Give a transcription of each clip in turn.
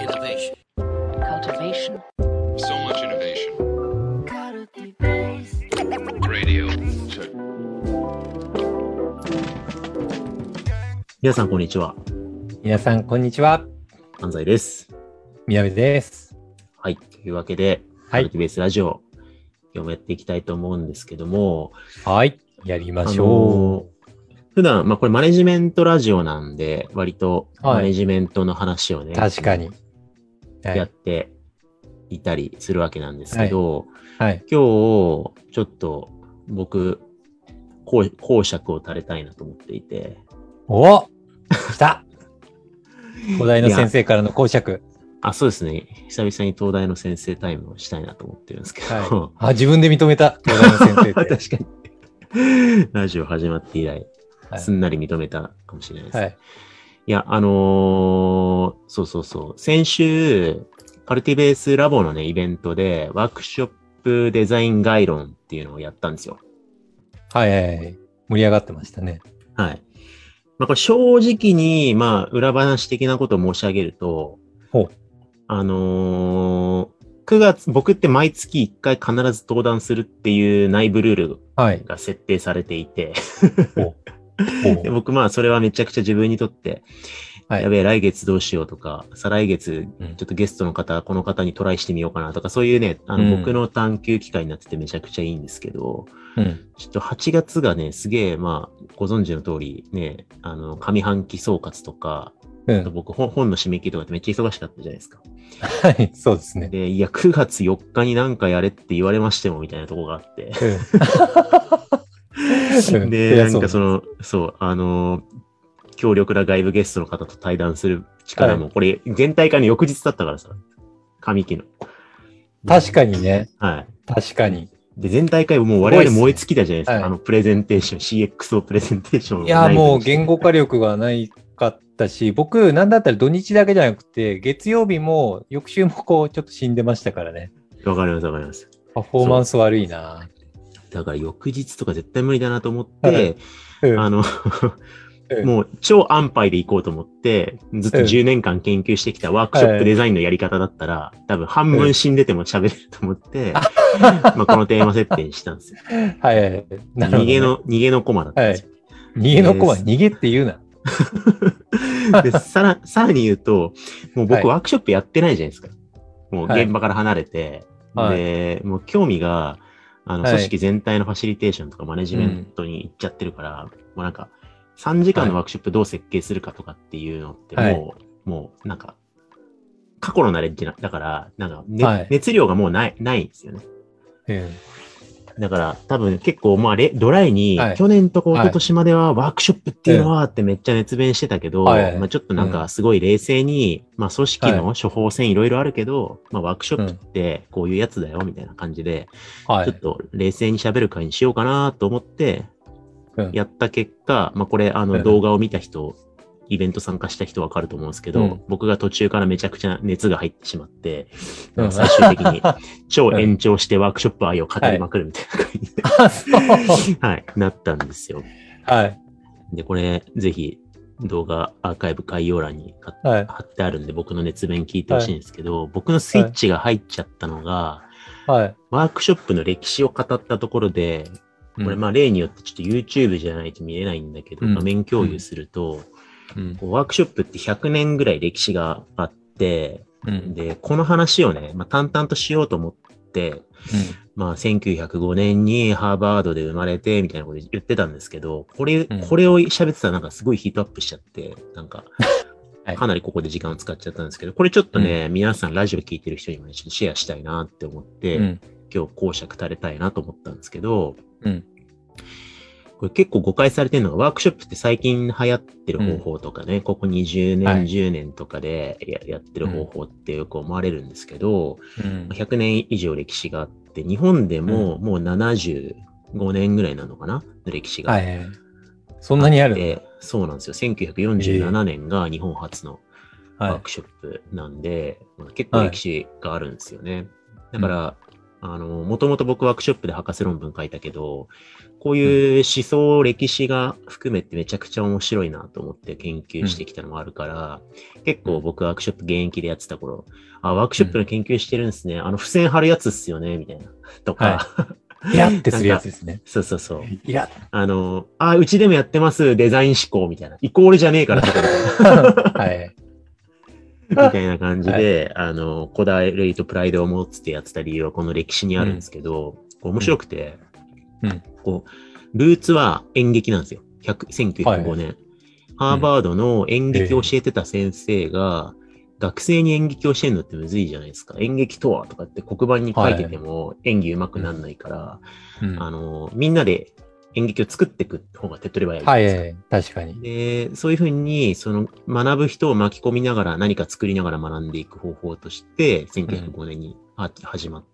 Innovation. Cultivation. So much innovation. Radio. Check. 皆さんこんにちは。 皆さん、こんにちは。 安西です。 宮部です。 はい。というわけで、カルティベースラジオ、今日もやっていきたいと思うんですけども、 はい。やりましょ普段、これマネジメントラジオなんで、割とマネジメントの話をね、 う。確かに。 やっていたりするわけなんですけど、 はい。 今日、ちょっと僕、講釈を垂れたいなと思っていて。 お来た東大の先生からの講釈。 そうですね。久々に東大の先生タイムをしたいなと思ってるんですけど。 はい、自分で認めた、東大の先生って。 確かに。ラジオ始まって以来、すんなり認めたかもしれないです。はい、いや、そう。先週、カルティベースラボのね、イベントで、ワークショップデザイン概論っていうのをやったんですよ。 はい。盛り上がってましたね。 はい。これ正直に、裏話的なことを申し上げると、9月、僕って毎月1回必ず登壇するっていう内部ルールが設定されていて、で僕それはめちゃくちゃ自分にとって、やべえ、来月どうしようとか、再来月、ちょっとゲストの方、この方にトライしてみようかなとか、そういうね、僕の探求機会になっててめちゃくちゃいいんですけど、ちょっと8月がね、すげえ、ご存知の通りね、上半期総括とか、僕、本の締め切りとかってめっちゃ忙しかったじゃないですか。 はい、そうですね。 で、いや、9月4日になんかやれって言われましても、みたいなとこがあって。で、なんか強力な外部ゲストの方と対談する力も、これ、全体会の翌日だったからさ、上期の。 確かにね。 はい。 確かに。 で、全体会もう我々燃え尽きたじゃないですか。プレゼンテーション、CXO プレゼンテーション。 いや、もう言語化力がないかったし、僕、なんだったら土日だけじゃなくて、月曜日も、翌週もちょっと死んでましたからね。 わかります。 パフォーマンス悪いな。 だから翌日とか絶対無理だなと思って、もう超安牌で行こうと思って、ずっと10年間研究してきたワークショップデザインのやり方だったら、多分半分死んでても喋れると思って、このテーマ設定にしたんですよ。 はい。 逃げのコマだったんですよ。 逃げのコマ、逃げって言うな。 で、さらに言うと、もう僕ワークショップやってないじゃないですか。もう現場から離れて、で、もう興味が、組織全体のファシリテーションとかマネジメントに行っちゃってるから、もうなんか、3時間のワークショップどう設計するかとかっていうのってもうなんか、過去のナレッジだから、熱量がもうないんですよね。だから多分結構ドライに、去年とか一昨年まではワークショップっていうのはってめっちゃ熱弁してたけど、ちょっとなんかすごい冷静に、組織の処方箋いろいろあるけど、ワークショップってこういうやつだよみたいな感じで、ちょっと冷静に喋る会にしようかなと思って、やった結果、これ動画を見た人、イベント参加した人わかると思うんですけど、僕が途中からめちゃくちゃ熱が入ってしまって、最終的に超延長してワークショップ愛を語りまくるみたいな感じで、はい、なったんですよ。 はい。 で、これぜひ動画アーカイブ概要欄に貼ってあるんで、僕の熱弁聞いてほしいんですけど、僕のスイッチが入っちゃったのが、ワークショップの歴史を語ったところで、これ例によってちょっと YouTube じゃないと見れないんだけど、画面共有すると、ワークショップって100年ぐらい歴史があって、で、この話をね、淡々としようと思って、1905年にハーバードで生まれて、みたいなこと言ってたんですけど、これを喋ってたらなんかすごいヒートアップしちゃって、なんか、かなりここで時間を使っちゃったんですけど、これちょっとね、皆さんラジオ聞いてる人にもね、ちょっとシェアしたいなって思って、今日講釈垂れたいなと思ったんですけど、これ結構誤解されてるのが、ワークショップって最近流行ってる方法とかね、ここ20年、10年とかでやってる方法ってよく思われるんですけど、100年以上歴史があって、日本でももう75年ぐらいなのかなの歴史が。 そんなにある？ そうなんですよ。1947年が日本初のワークショップなんで、結構歴史があるんですよね。だから、 もともと僕ワークショップで博士論文書いたけど、こういう思想、歴史が含めてめちゃくちゃ面白いなと思って研究してきたのもあるから、結構僕ワークショップ現役でやってた頃、ワークショップの研究してるんですね。付箋貼るやつっすよねみたいな。とか、 イラってするやつですね。 そうそうそう。 イラうちでもやってます、デザイン思考みたいな。イコールじゃねえからとか。 はい。 みたいな感じで、こだわりとプライドを持ってやってた理由はこの歴史にあるんですけど、面白くて、ルーツは演劇なんですよ。1905年。ハーバードの演劇を教えてた先生が、学生に演劇を教えるのってむずいじゃないですか。演劇とはとかって黒板に書いてても演技上手くならないから、みんなで演劇を作っていく方が手っ取り早い。 はい、確かに。 で、そういうふうに、学ぶ人を巻き込みながら何か作りながら学んでいく方法として、1905年に始まって、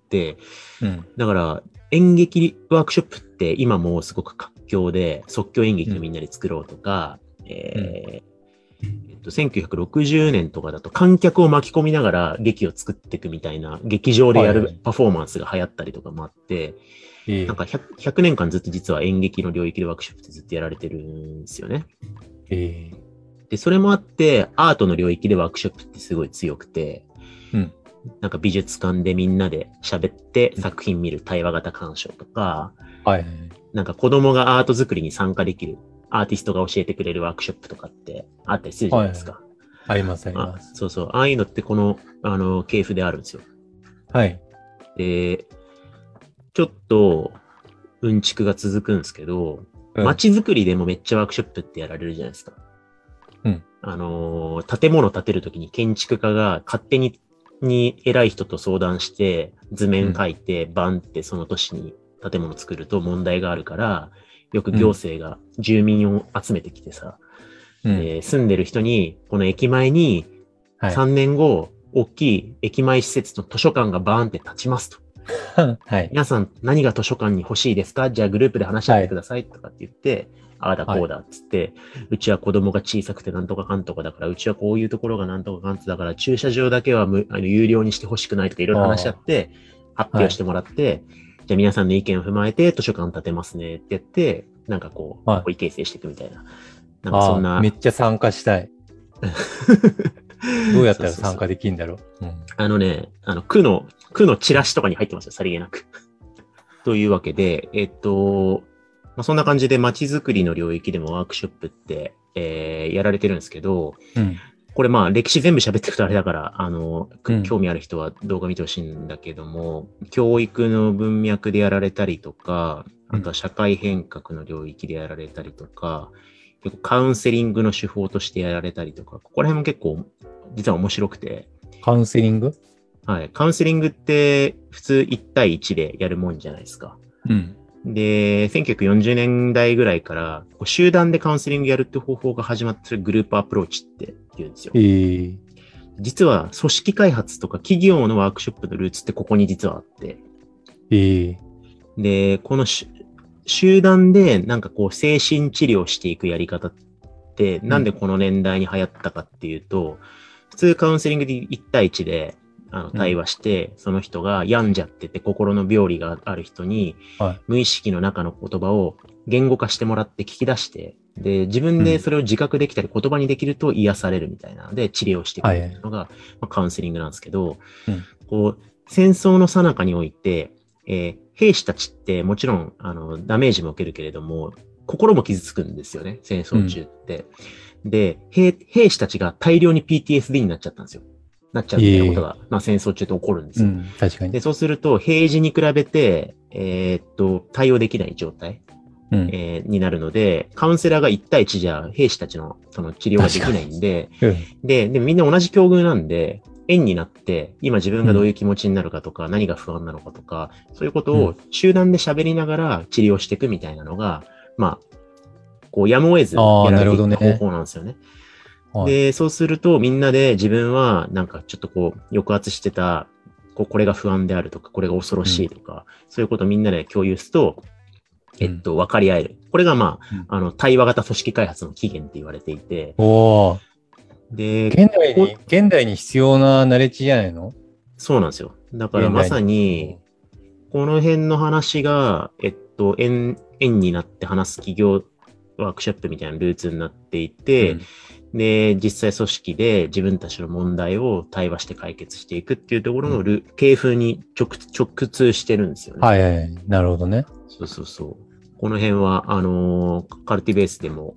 だから、演劇ワークショップって今もすごく活況で、即興演劇をみんなで作ろうとか、1960年とかだと観客を巻き込みながら劇を作っていくみたいな、劇場でやるパフォーマンスが流行ったりとかもあって、なんか 100年間ずっと実は演劇の領域でワークショップってずっとやられてるんですよね。で、それもあって、アートの領域でワークショップってすごい強くて、なんか美術館でみんなで喋って作品見る対話型鑑賞とか、なんか子供がアート作りに参加できる、アーティストが教えてくれるワークショップとかってあったりするじゃないですか。 あります、あります。 そうそう。ああいうのってこの、系譜であるんですよ。で、ちょっと、うんちくが続くんですけど、街づくりでもめっちゃワークショップってやられるじゃないですか。建物建てるときに建築家が勝手に偉い人と相談して図面書いてバンってその都市に建物作ると問題があるから、よく行政が住民を集めてきてさ、住んでる人にこの駅前に3年後、大きい駅前施設の図書館がバーンって立ちますと。皆さん何が図書館に欲しいですか？じゃあグループで話し合ってくださいとかって言って、ああだこうだっつって、うちは子供が小さくてなんとかかんとかだから、うちはこういうところがなんとかかんとだから、駐車場だけは有料にして欲しくないとかいろいろ話し合って、発表してもらって、じゃあ皆さんの意見を踏まえて図書館建てますねって言って、なんかこう、合意形成していくみたいな。なんかそんな。 めっちゃ参加したい。どうやったら参加できるんだろう。 区のチラシとかに入ってますよ、さりげなく。というわけで、そんな感じで街づくりの領域でもワークショップって、やられてるんですけど、これ歴史全部喋っていくとあれだから、興味ある人は動画見てほしいんだけども、教育の文脈でやられたりとか、あとは社会変革の領域でやられたりとか、結構カウンセリングの手法としてやられたりとか、ここら辺も結構実は面白くて。 カウンセリング？ はい。カウンセリングって普通1対1でやるもんじゃないですか。で、1940年代ぐらいから集団でカウンセリングやるって方法が始まってるグループアプローチって言うんですよ。実は組織開発とか企業のワークショップのルーツってここに実はあって。で、この集団でなんかこう精神治療していくやり方ってなんでこの年代に流行ったかっていうと、普通カウンセリングで1対1で対話して、その人が病んじゃってて心の病理がある人に、無意識の中の言葉を言語化してもらって聞き出して、で、自分でそれを自覚できたり言葉にできると癒されるみたいなので治療していくっていうのが、カウンセリングなんですけど、こう、戦争の最中において、兵士たちってもちろん、ダメージも受けるけれども、心も傷つくんですよね、戦争中って。で、兵士たちが大量に PTSD になっちゃったんですよ。なっちゃうみたいなことが、戦争中って起こるんですよ。 確かに。 で、そうすると、平時に比べて、対応できない状態、になるので、カウンセラーが1対1じゃ兵士たちのその治療ができないんで、で、みんな同じ境遇なんで、円になって、今自分がどういう気持ちになるかとか、何が不安なのかとか、そういうことを集団で喋りながら治療していくみたいなのが、こうやむを得ずやられていく方法なんですよね。で、そうするとみんなで自分はなんかちょっとこう抑圧してた、これが不安であるとか、これが恐ろしいとか、そういうことをみんなで共有すると、分かり合える。これが対話型組織開発の起源って言われていて。 で、現代に必要なナレッジじゃないの？ そうなんですよ。だからまさに、 この辺の話が、円になって話す企業ワークショップみたいなルーツになっていて、で、実際組織で自分たちの問題を対話して解決していくっていうところの系譜に直通してるんですよね。 はいはいはい。なるほどね。 そうそうそう。この辺は、カルティベースでも、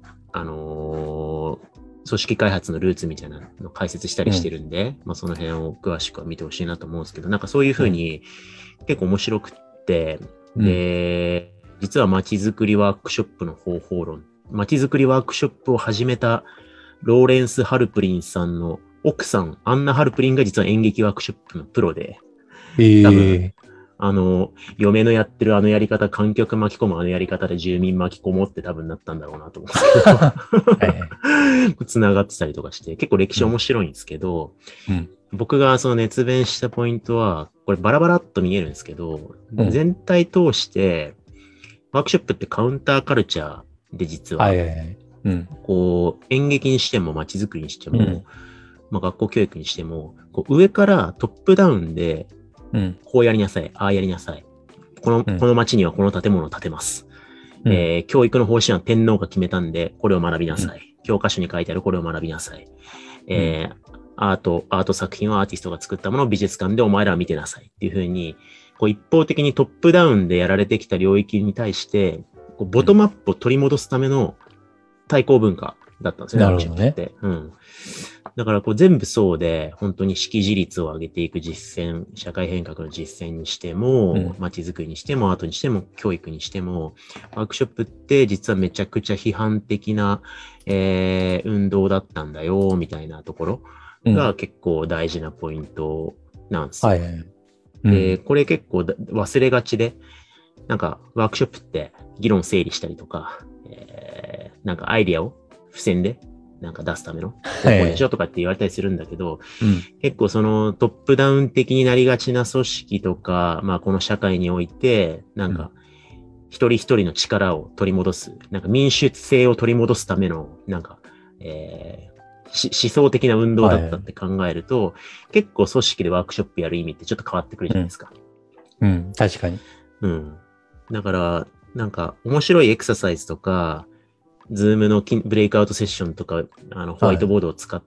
組織開発のルーツみたいなのを解説したりしてるんで、まあその辺を詳しくは見てほしいなと思うんですけど、なんかそういうふうに結構面白くって、で、実は街づくりワークショップの方法論、街づくりワークショップを始めたローレンス・ハルプリンさんの奥さん、アンナ・ハルプリンが実は演劇ワークショップのプロで、多分、嫁のやってるあのやり方、観客巻き込むあのやり方で住民巻き込もうって多分なったんだろうなと思うんですけど、繋がってたりとかして、結構歴史面白いんですけど、僕がその熱弁したポイントは、これバラバラっと見えるんですけど、全体通して、ワークショップってカウンターカルチャーで実は、こう、演劇にしても街づくりにしても、まあ学校教育にしても、こう上からトップダウンで、こうやりなさい、ああやりなさい。この町にはこの建物を建てます。教育の方針は天皇が決めたんで、これを学びなさい。教科書に書いてあるこれを学びなさい。アート作品はアーティストが作ったものを美術館でお前らは見てなさいっていう風に、こう一方的にトップダウンでやられてきた領域に対して、こうボトムアップを取り戻すための対抗文化だったんですよね。 なるほどね。 だからこう全部そうで、本当に識字率を上げていく実践、社会変革の実践にしても、街づくりにしても、アートにしても、教育にしても、ワークショップって実はめちゃくちゃ批判的な、運動だったんだよ、みたいなところが結構大事なポイントなんですよ。で、これ結構忘れがちで、なんかワークショップって議論整理したりとか、なんかアイディアを付箋でなんか出すための方法でしょとかって言われたりするんだけど、結構そのトップダウン的になりがちな組織とか、まあこの社会において、なんか一人一人の力を取り戻す、なんか民主性を取り戻すための、なんか、思想的な運動だったって考えると、結構組織でワークショップやる意味ってちょっと変わってくるじゃないですか。 確かに。 だから、なんか面白いエクササイズとか、ズームのブレイクアウトセッションとか、ホワイトボードを使って、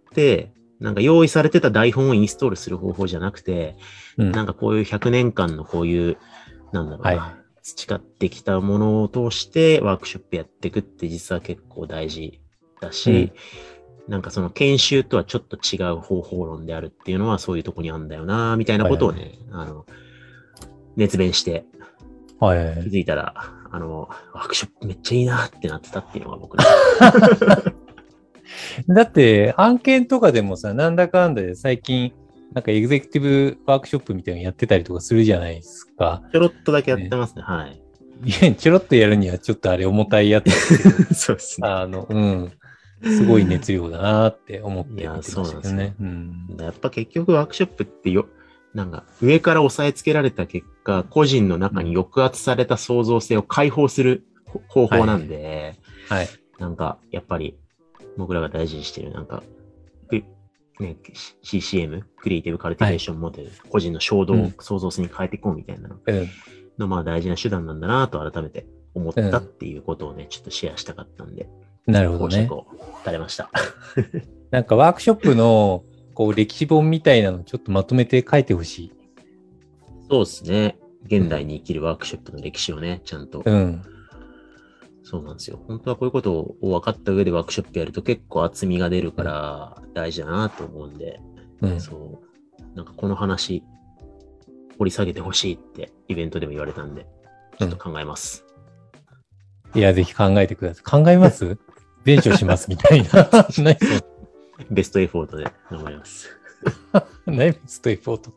なんか用意されてた台本をインストールする方法じゃなくて、なんかこういう100年間のこういう、なんだろうな、培ってきたものを通してワークショップやっていくって実は結構大事だし、なんかその研修とはちょっと違う方法論であるっていうのはそういうとこにあるんだよな、みたいなことをね、熱弁して、気づいたら、ワークショップめっちゃいいなってなってたっていうのが僕の。 だって、案件とかでもさ、なんだかんだで最近、なんかエグゼクティブワークショップみたいなのやってたりとかするじゃないですか。 ちょろっとだけやってますね、はい。 いや、ちょろっとやるにはちょっとあれ重たいやつですけど。 そうですね。 すごい熱量だなって思って見てましたけどね。 やっぱ結局ワークショップってなんか上から押さえつけられた結果、個人の中に抑圧された創造性を解放する方法なんで、なんかやっぱり僕らが大事にしてるなんか、ね、CCM、クリエイティブカルティベーションモデル、個人の衝動を創造性に変えていこうみたいなの、まあ大事な手段なんだなと改めて思ったっていうことをね、ちょっとシェアしたかったんで、 なるほどね。 講釈を垂れました。 なんかワークショップのこう歴史本みたいなのちょっとまとめて書いてほしい。 そうですね。現代に生きるワークショップの歴史をね、ちゃんと。そうなんですよ。本当はこういうことを分かった上でワークショップやると結構厚みが出るから大事だなと思うんで、そう。なんかこの話、掘り下げてほしいってイベントでも言われたんで、ちょっと考えます。 いや、ぜひ考えてください。考えます弁償しますみたいな。何ベストエフォートで頑張ります。 何ベストエフォートって。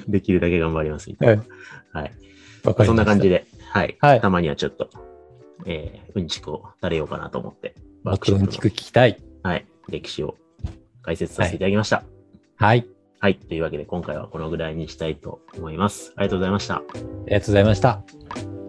できるだけ頑張りますみたいな。はい。そんな感じで、はい。たまにはちょっと、うんちくを垂れようかなと思って。 うんちく聞きたい。 はい。歴史を解説させていただきました。 はい。 はい。というわけで今回はこのぐらいにしたいと思います。ありがとうございました。ありがとうございました。